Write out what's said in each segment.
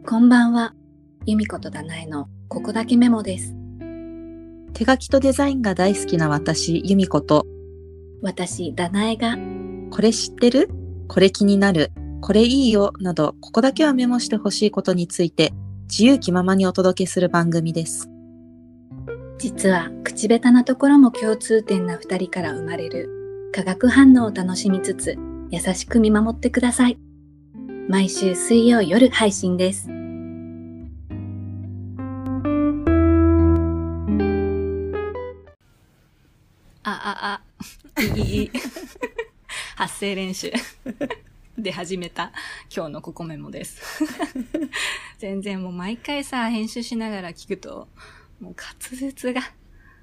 こんばんは。由美子とダナエのここだけメモです。 手書きとデザインが大好きな私、由美子と、 私、ダナエが、 これ知ってる？これ気になる？これいいよ？など、ここだけはメモしてほしいことについて、自由気ままにお届けする番組です。 実は口下手なところも共通点な2人から生まれる化学反応を楽しみつつ、優しく見守ってください。毎週水曜夜配信です。いい発声練習で始めた今日のココメモです全然もう毎回さ、編集しながら聞くともう滑舌が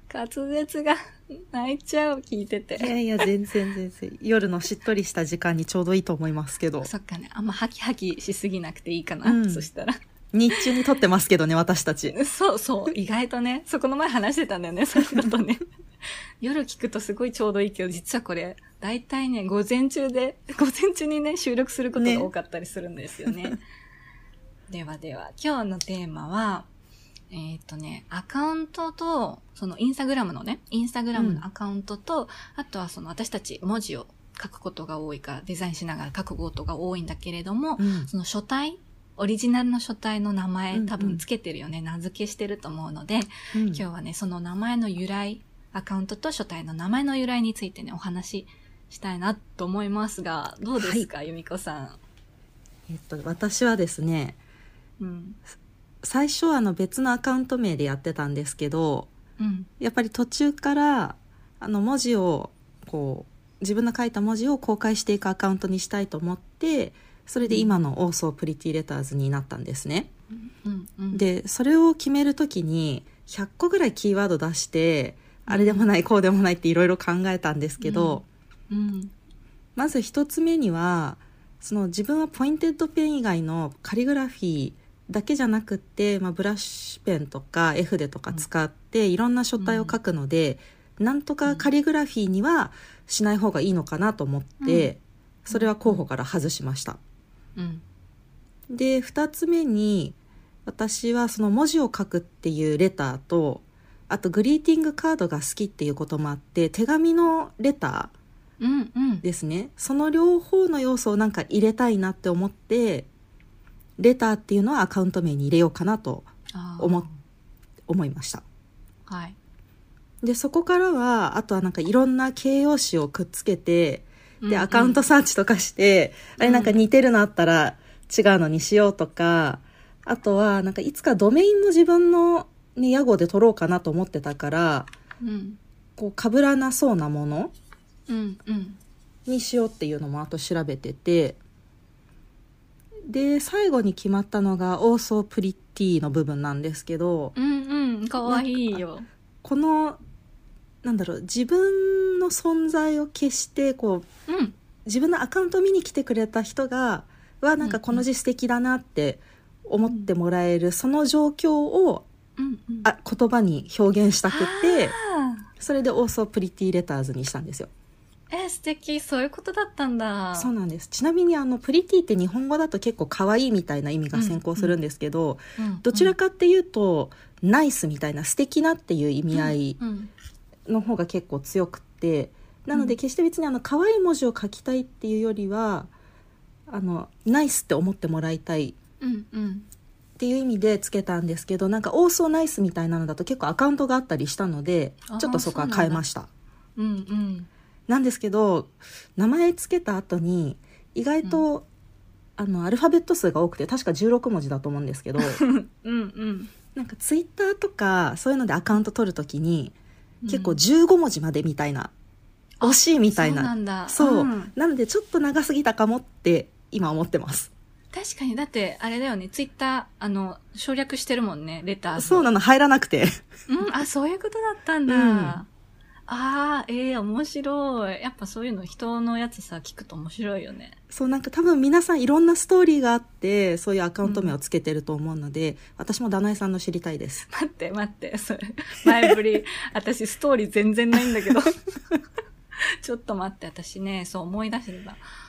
泣いちゃう、聞いてて。 いや全然夜のしっとりした時間にちょうどいいと思いますけど。 そっかね、あんまハキハキしすぎなくていいかな、そしたら日中に撮ってますけどね、私たち。 そう意外とね、そこの前話してたんだよね、そういうことね夜聞くとすごいちょうどいいけど、実はこれだいたいね午前中にね収録することが多かったりするんですよねでは今日のテーマはアカウントと、そのインスタグラムのアカウントと、あとはその私たち文字を書くことが多いから、デザインしながら書くことが多いんだけれども、その書体、オリジナルの書体の名前、多分つけてるよね、名付けしてると思うので、今日はね、その名前の由来、アカウントと書体の名前の由来についてね、お話ししたいなと思いますが、どうですか、由美子さん。 私はですね、最初別のアカウント名でやってたんですけど、やっぱり途中から文字を自分の書いた文字を公開していくアカウントにしたいと思って、それで今のオーソープリティレターズになったんですね。でそれを決めるときに100個ぐらいキーワード出して、あれでもないこうでもないっていろいろ考えたんですけど、まず一つ目にはその自分はポインテッドペン以外のカリグラフィーだけじゃなくって、ブラシペンとか絵筆とか使っていろんな書体を書くので、なんとかカリグラフィーにはしない方がいいのかなと思って、それは候補から外しました。で2つ目に、私はその文字を書くっていうレターと、あとグリーティングカードが好きっていうこともあって、手紙のレターですね、その両方の要素をなんか入れたいなって思って、レターっていうのはアカウント名に入れようかなと思いました。でそこからはあとはなんかいろんな形容詞をくっつけて、でアカウントサーチとかして、あれなんか似てるのあったら違うのにしようとか、あとはなんかいつかドメインの自分の、屋号で取ろうかなと思ってたから、被らなそうなものにしようっていうのもあと調べてて、で最後に決まったのがオーソープリティの部分なんですけど、 かわいいよ。 この自分の存在を消して自分のアカウント見に来てくれた人がなんかこの字素敵だなって思ってもらえる、その状況を、言葉に表現したくて、それでオーソープリティレターズにしたんですよ。 素敵、そういうことだったんだ。 そうなんです。ちなみにプリティって日本語だと結構可愛いみたいな意味が先行するんですけど、どちらかっていうとナイスみたいな、素敵なっていう意味合いの方が結構強くって、なので決して別に可愛い文字を書きたいっていうよりはナイスって思ってもらいたいっていう意味でつけたんですけど、なんかオーソーナイスみたいなのだと結構アカウントがあったりしたので、ちょっとそこは変えました。なんですけど、名前つけた後に意外と、アルファベット数が多くて、確か16文字だと思うんですけどなんかツイッターとかそういうのでアカウント取るときに、結構15文字までみたいな、惜しいみたいな、 そうなんだ。 なのでちょっと長すぎたかもって今思ってます。 確かに、だってあれだよね、ツイッター省略してるもんね、レター。 そうなの、入らなくてそういうことだったんだ。面白い。やっぱそういうの、人のやつさ、聞くと面白いよね。 そう、なんか多分皆さんいろんなストーリーがあって、そういうアカウント名をつけてると思うので、私もダナエさんの知りたいです。 待って、それ前振り私ストーリー全然ないんだけどちょっと待って、私ね、そう思い出してた。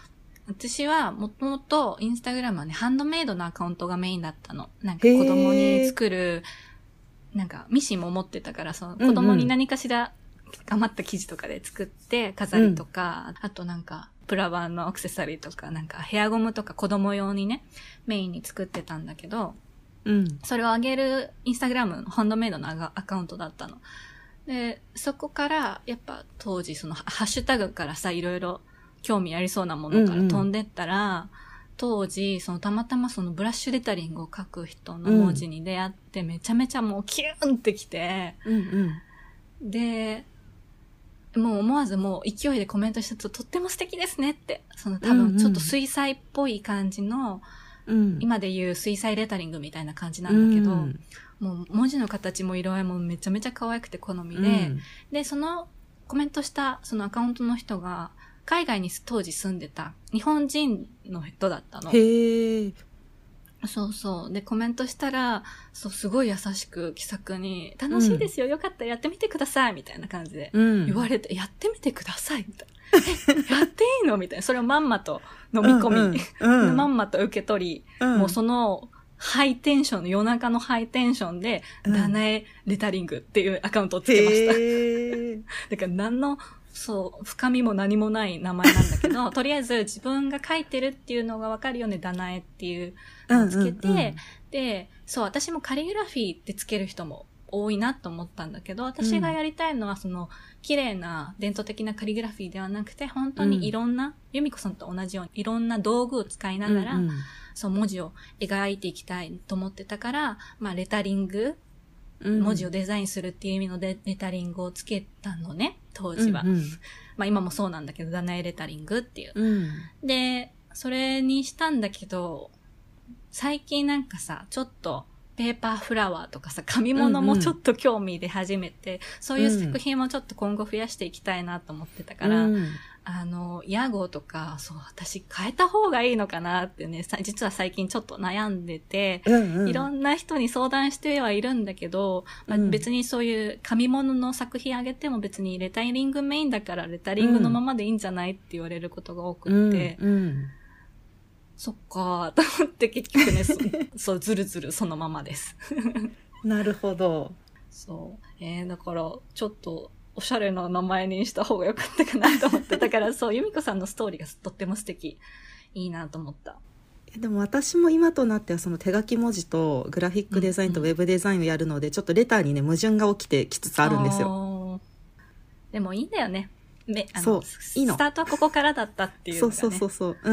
私はもともとインスタグラムはね、ハンドメイドのアカウントがメインだったの。なんか子供に作る、なんかミシンも持ってたから、その子供に何かしら余った生地とかで作って飾りとか、あとなんかプラバンのアクセサリーとか、なんかヘアゴムとか子供用にね、メインに作ってたんだけど、それを上げるインスタグラムのハンドメイドのアカウントだったの。で、そこからやっぱ当時そのハッシュタグからさ、いろいろ興味ありそうなものから飛んでったら、当時そのたまたまそのブラッシュレタリングを書く人の文字に出会って、めちゃめちゃもうキューンってきて、で、もう思わずもう勢いでコメントしたとっても素敵ですねって、その多分ちょっと水彩っぽい感じの、今で言う水彩レタリングみたいな感じなんだけど、もう文字の形も色合いもめちゃめちゃ可愛くて好みで、で、そのコメントしたそのアカウントの人が海外に当時住んでた日本人の人だったの。 へー。 そうそう。で、コメントしたら、そう、すごい優しく気さくに、楽しいですよ、よかったらやってみてください、みたいな感じで言われて、やってみてください、みたいな。やっていいのみたいな。それをまんまと飲み込み、まんまと受け取り、もうその、ハイテンションの夜中のハイテンションで、ダナエレタリングっていうアカウントをつけました。だから何の、そう、深みも何もない名前なんだけど、とりあえず自分が書いてるっていうのがわかるよね、ダナエっていうのをつけて、で、そう、私もカリグラフィーってつける人も多いなと思ったんだけど、私がやりたいのはその、綺麗な伝統的なカリグラフィーではなくて、本当にいろんな、由美子さんと同じようにいろんな道具を使いながら、そう、文字を描いていきたいと思ってたから、まあ、レタリング、文字をデザインするっていう意味のレタリングをつけたのね、当時は。まあ今もそうなんだけど、ダナエレタリングっていう。で、それにしたんだけど、最近なんかさ、ちょっとペーパーフラワーとかさ、紙物もちょっと興味出始めて、そういう作品もちょっと今後増やしていきたいなと思ってたから、屋号とか、そう、私変えた方がいいのかなってね、実は最近ちょっと悩んでて、いろんな人に相談してはいるんだけど、まあ、別にそういう紙物の作品あげても別にレタリングメインだからレタリングのままでいいんじゃないって言われることが多くって、そっかーと思って結局ね、そう、ずるずるそのままです。 なるほど。 そう。だから、ちょっと、おしゃれな名前にした方がよかったかなと思って。だからそう、由美子さんのストーリーがとっても素敵。いいなと思った。 でも私も今となってはその手書き文字とグラフィックデザインとウェブデザインをやるので、ちょっとレターにね、矛盾が起きてきつつあるんですよ。 でもいいんだよね。 そう、いいの。 スタートはここからだったっていうのがね。 そう。うん。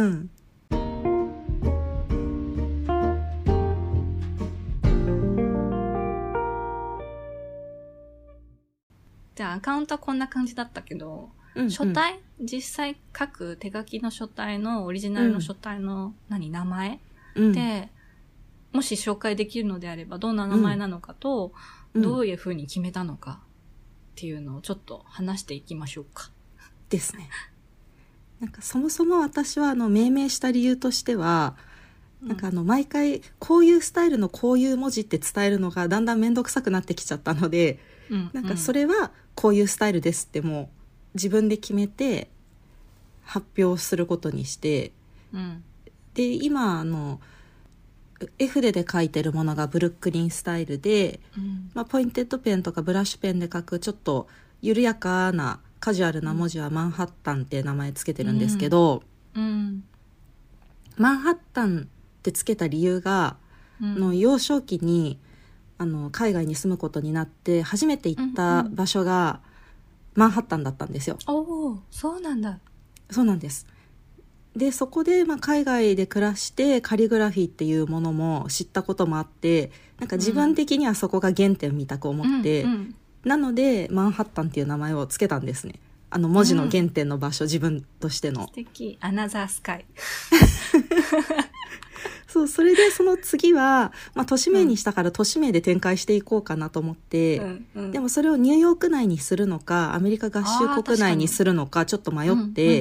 じゃあアカウントはこんな感じだったけど、書体実際書く手書きの書体のオリジナルの書体の、名前で、もし紹介できるのであればどんな名前なのかと、どういう風に決めたのかっていうのをちょっと話していきましょうか。 ですね。なんかそもそも私は命名した理由としては、なんか毎回こういうスタイルのこういう文字って伝えるのがだんだんめんどくさくなってきちゃったので、なんかそれはこういうスタイルですってもう自分で決めて発表することにして、で今絵筆で描いてるものがブルックリンスタイルで、ポインテッドペンとかブラッシュペンで描くちょっと緩やかなカジュアルな文字はマンハッタンって名前つけてるんですけど、マンハッタンってつけた理由が、幼少期に海外に住むことになって初めて行った場所がマンハッタンだったんですよ。 おー、そうなんだ。 そうなんです。でそこで海外で暮らしてカリグラフィーっていうものも知ったこともあって、なんか自分的にはそこが原点みたく思って、なのでマンハッタンっていう名前をつけたんですね。文字の原点の場所、自分としての。 素敵。アナザースカイ。 そう、それでその次は、都市名にしたから都市名で展開していこうかなと思って、でもそれをニューヨーク内にするのかアメリカ合衆国内にするのかちょっと迷って、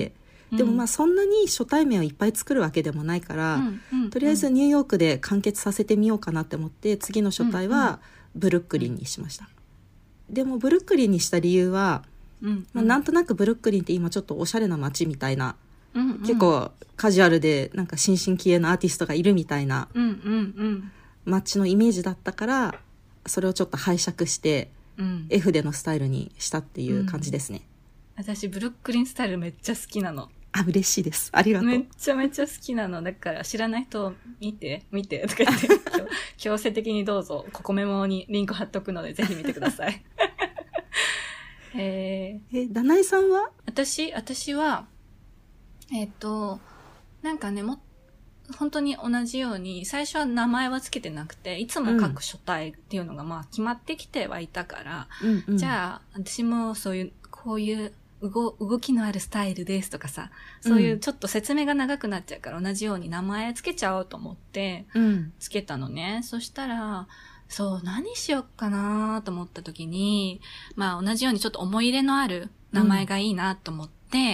でもそんなに初対面をいっぱい作るわけでもないから、とりあえずニューヨークで完結させてみようかなって思って、次の初対はブルックリンにしました。でもブルックリンにした理由は、なんとなくブルックリンって今ちょっとおしゃれな街みたいなうんうん、 結構カジュアルでなんか新進気鋭のアーティストがいるみたいな街のイメージだったから、それをちょっと拝借して、F でのスタイルにしたっていう感じですね。 私ブルックリンスタイルめっちゃ好きなの。 あ、嬉しいです。ありがとう。 めっちゃめちゃ好きなの。だから知らない人見てとか言って強制的にどうぞ、ここメモにリンク貼っとくのでぜひ見てください。 ダナエさんは？ 私はなんかね、本当に同じように、最初は名前はつけてなくて、いつも書く書体っていうのがまあ決まってきてはいたから、じゃあ、私もこういう動きのあるスタイルですとかさ、そういうちょっと説明が長くなっちゃうから、同じように名前つけちゃおうと思って、つけたのね。そしたら、何しよっかなと思った時に、まあ同じようにちょっと思い入れのある名前がいいなと思って、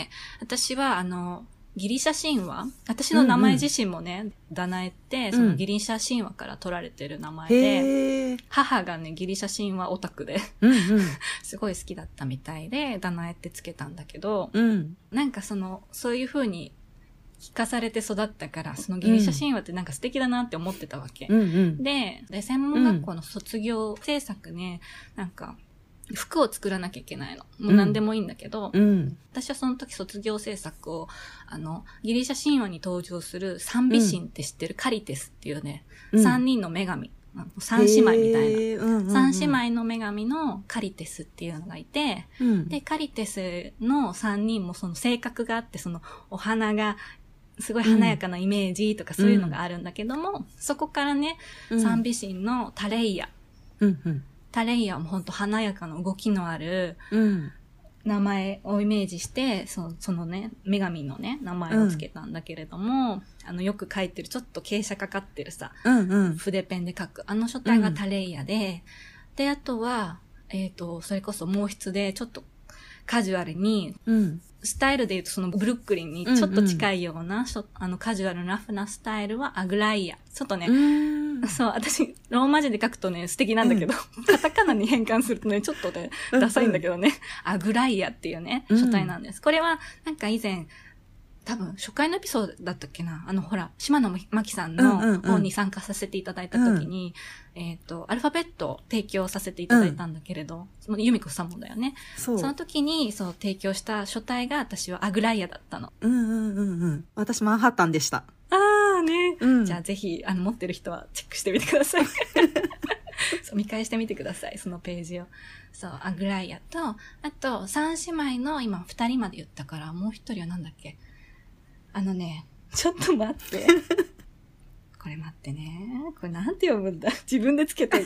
私はギリシャ神話、私の名前自身もね、ダナエって、そのギリシャ神話から取られてる名前で、母がね、ギリシャ神話オタクで、すごい好きだったみたいで、ダナエってつけたんだけど、なんかそういう風に聞かされて育ったから、そのギリシャ神話ってなんか素敵だなって思ってたわけ。で、専門学校の卒業制作ね、なんか、服を作らなきゃいけないの。もう何でもいいんだけど、私はその時卒業制作を、ギリシャ神話に登場する三美神って知ってる、カリテスっていうね、三人の女神、三姉妹みたいな、三姉妹の女神のカリテスっていうのがいて、で、カリテスの三人もその性格があって、お花が、すごい華やかなイメージとかそういうのがあるんだけども、そこからね、三美神のタレイア、タレイヤもほんと華やかな動きのある名前をイメージして、そのね、女神のね、名前をつけたんだけれども、よく書いてる、ちょっと傾斜かかってるさ、筆ペンで書く、書体がタレイヤで、で、あとは、それこそ毛筆で、ちょっとカジュアルに、スタイルで言うとそのブルックリンにちょっと近いような、カジュアルなラフなスタイルはアグライア。ちょっとね、そう、私、ローマ字で書くとね、素敵なんだけど、カタカナに変換するとね、ちょっとね、ダサいんだけどね、アグライアっていうね、書体なんです。これは、なんか以前、多分、初回のエピソードだったっけな、ほら、島野真希さんの方に参加させていただいた時に、アルファベットを提供させていただいたんだけれど、由美子さんもだよね。その時に、提供した書体が私はアグライアだったの。 私、マンハッタンでした。 ね、じゃあぜひ持ってる人はチェックしてみてください。見返してみてください、そのページを。アグライアと、あと三姉妹の今2人まで言ったから、もう一人はなんだっけ。ちょっと待って。これ待ってね。これなんて読むんだ。自分でつけとい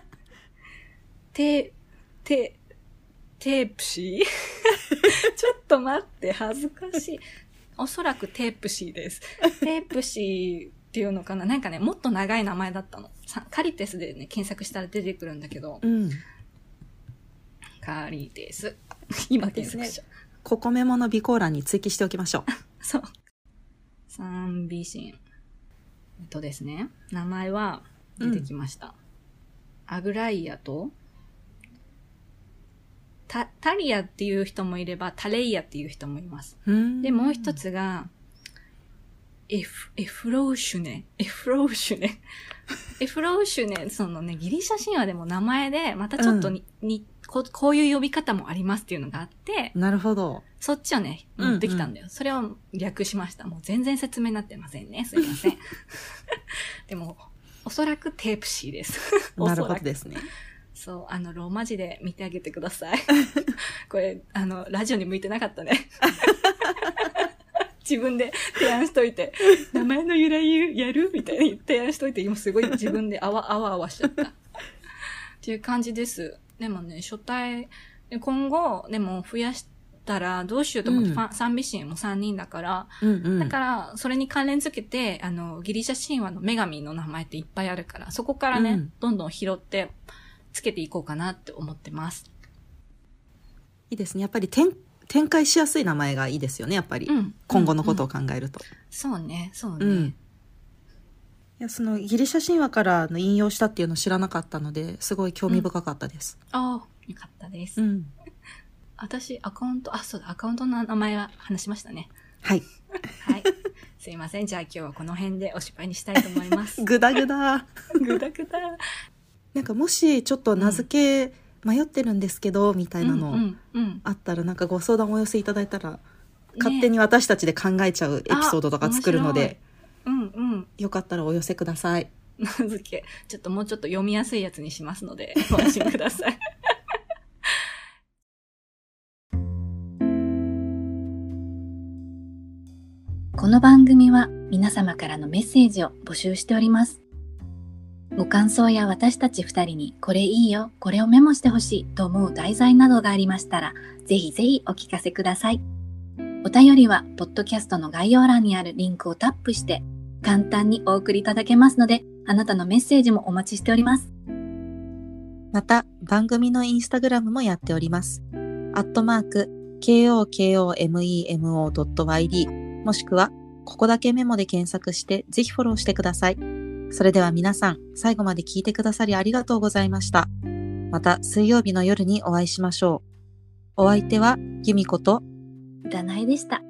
て。テープシーちょっと待って、恥ずかしい。おそらくテープシーです。テープシーっていうのかな、なんかね、もっと長い名前だったの。カリテスでね、検索したら出てくるんだけど。カリテス。今検索しちゃう。 ここメモの備考欄に追記しておきましょう。 そう。三美神。ですね、名前は出てきました。アグライアと、タリアっていう人もいれば、タレイアっていう人もいます。で、もう一つが、エフローシュネ。そのね、ギリシャ神話でも名前で、またちょっとこういう呼び方もありますっていうのがあって、 なるほど。 そっちをね、持ってきたんだよ。それを略しました。もう全然説明になってませんね。すいません。でも、おそらくテープシーです。 なるほどですね。 そう、ローマ字で見てあげてください。これ、ラジオに向いてなかったね。自分で提案しといて、名前の由来やるみたいに提案しといて、今すごい自分であわしちゃった。っていう感じです。でもね、書体、今後、でも増やしたらどうしようと思って、三美神も3人だから、だから、それに関連づけて、ギリシャ神話の女神の名前っていっぱいあるから、そこからね、どんどん拾って、つけていこうかなって思ってます。 いいですね。やっぱり展開しやすい名前がいいですよね、やっぱり。今後のことを考えると。 そうね。 いや、そのギリシャ神話から引用したっていうのを知らなかったので、すごい興味深かったです。 ああ、よかったです。私、アカウントの名前は話しましたね。 はい。 はい。すいません。じゃあ今日はこの辺でおしまいにしたいと思います。 ぐだぐだ。 ぐだぐだ。 なんかもしちょっと名付け迷ってるんですけど、みたいなのあったら、なんかご相談お寄せいただいたら、勝手に私たちで考えちゃうエピソードとか作るので、よかったらお寄せください。 名付け。ちょっともうちょっと読みやすいやつにしますので、ご安心ください。 この番組は皆様からのメッセージを募集しております。ご感想や私たち2人にこれいいよ、これをメモしてほしいと思う題材などがありましたら、ぜひぜひお聞かせください。お便りはポッドキャストの概要欄にあるリンクをタップして簡単にお送りいただけますので、あなたのメッセージもお待ちしております。 また番組のインスタグラムもやっております。@KOKOMEMO.YD もしくはここだけメモで検索してぜひフォローしてください。それでは皆さん、最後まで聞いてくださりありがとうございました。また水曜日の夜にお会いしましょう。お相手は由美子とだなえでした。